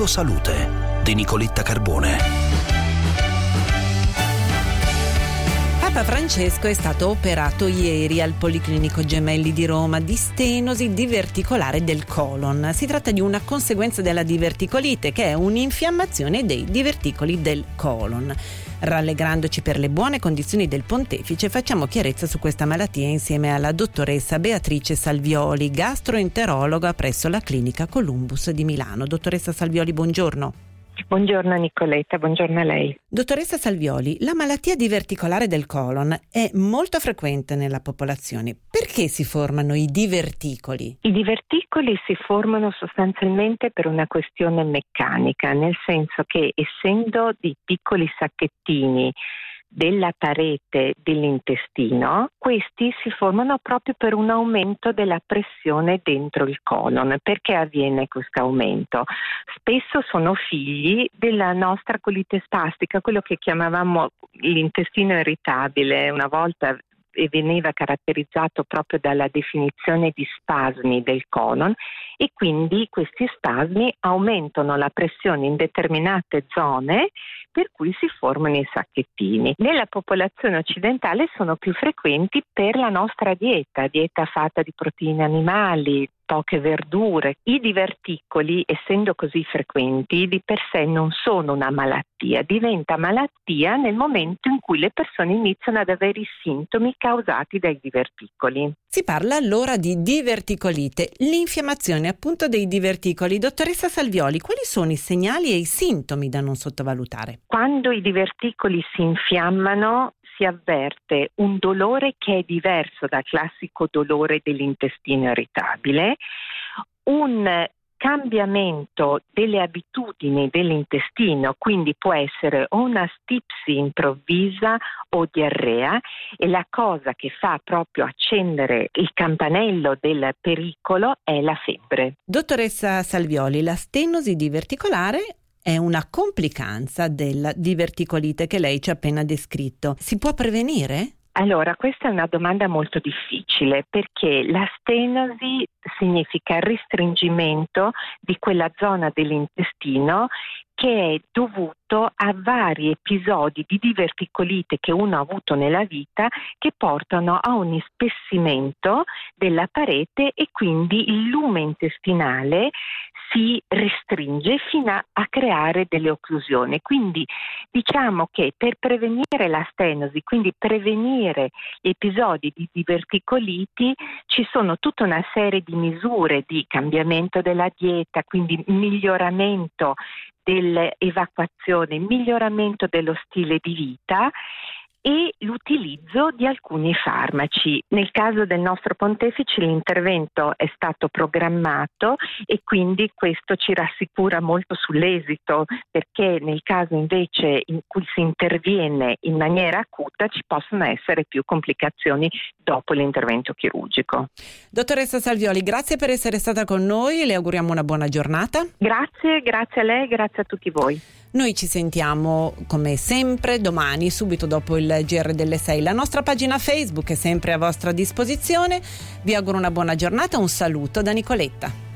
Vivo Salute di Nicoletta Carbone. Papa Francesco è stato operato ieri al Policlinico Gemelli di Roma di stenosi diverticolare del colon. Si tratta di una conseguenza della diverticolite, che è un'infiammazione dei diverticoli del colon. Rallegrandoci per le buone condizioni del pontefice, facciamo chiarezza su questa malattia insieme alla dottoressa Beatrice Salvioli, gastroenterologa presso la clinica Columbus di Milano. Dottoressa Salvioli, buongiorno. Buongiorno Nicoletta, buongiorno a lei. Dottoressa Salvioli, la malattia diverticolare del colon è molto frequente nella popolazione. Perché si formano i diverticoli? I diverticoli si formano sostanzialmente per una questione meccanica, nel senso che essendo dei piccoli sacchettini della parete dell'intestino, questi si formano proprio per un aumento della pressione dentro il colon. Perché avviene questo aumento? Spesso sono figli della nostra colite spastica, quello che chiamavamo l'intestino irritabile. Una volta veniva caratterizzato proprio dalla definizione di spasmi del colon, e quindi questi spasmi aumentano la pressione in determinate zone, per cui si formano i sacchettini. Nella popolazione occidentale sono più frequenti per la nostra dieta fatta di proteine animali, poche verdure. I diverticoli, essendo così frequenti, di per sé non sono una malattia. Diventa malattia nel momento in cui le persone iniziano ad avere i sintomi causati dai diverticoli. Si parla allora di diverticolite, l'infiammazione appunto dei diverticoli. Dottoressa Salvioli, quali sono i segnali e i sintomi da non sottovalutare? Quando i diverticoli si infiammano, si avverte un dolore che è diverso dal classico dolore dell'intestino irritabile, un cambiamento delle abitudini dell'intestino, quindi può essere o una stipsi improvvisa o diarrea, e la cosa che fa proprio accendere il campanello del pericolo è la febbre. Dottoressa Salvioli, la stenosi diverticolare è una complicanza della diverticolite che lei ci ha appena descritto. Si può prevenire? Allora, questa è una domanda molto difficile, perché la stenosi significa restringimento di quella zona dell'intestino che è dovuto a vari episodi di diverticolite che uno ha avuto nella vita, che portano a un ispessimento della parete, e quindi il lume intestinale si restringe fino a creare delle occlusioni. Quindi diciamo che per prevenire la stenosi, quindi prevenire episodi di diverticoliti, ci sono tutta una serie di misure di cambiamento della dieta, quindi miglioramento dell'evacuazione, miglioramento dello stile di vita e l'utilizzo di alcuni farmaci. Nel caso del nostro pontefice l'intervento è stato programmato, e quindi questo ci rassicura molto sull'esito, perché nel caso invece in cui si interviene in maniera acuta ci possono essere più complicazioni dopo l'intervento chirurgico. Dottoressa Salvioli, grazie per essere stata con noi e le auguriamo una buona giornata. Grazie a lei, grazie a tutti voi. Noi ci sentiamo come sempre domani, subito dopo il GR delle 6. La nostra pagina Facebook è sempre a vostra disposizione. Vi auguro una buona giornata, un saluto da Nicoletta.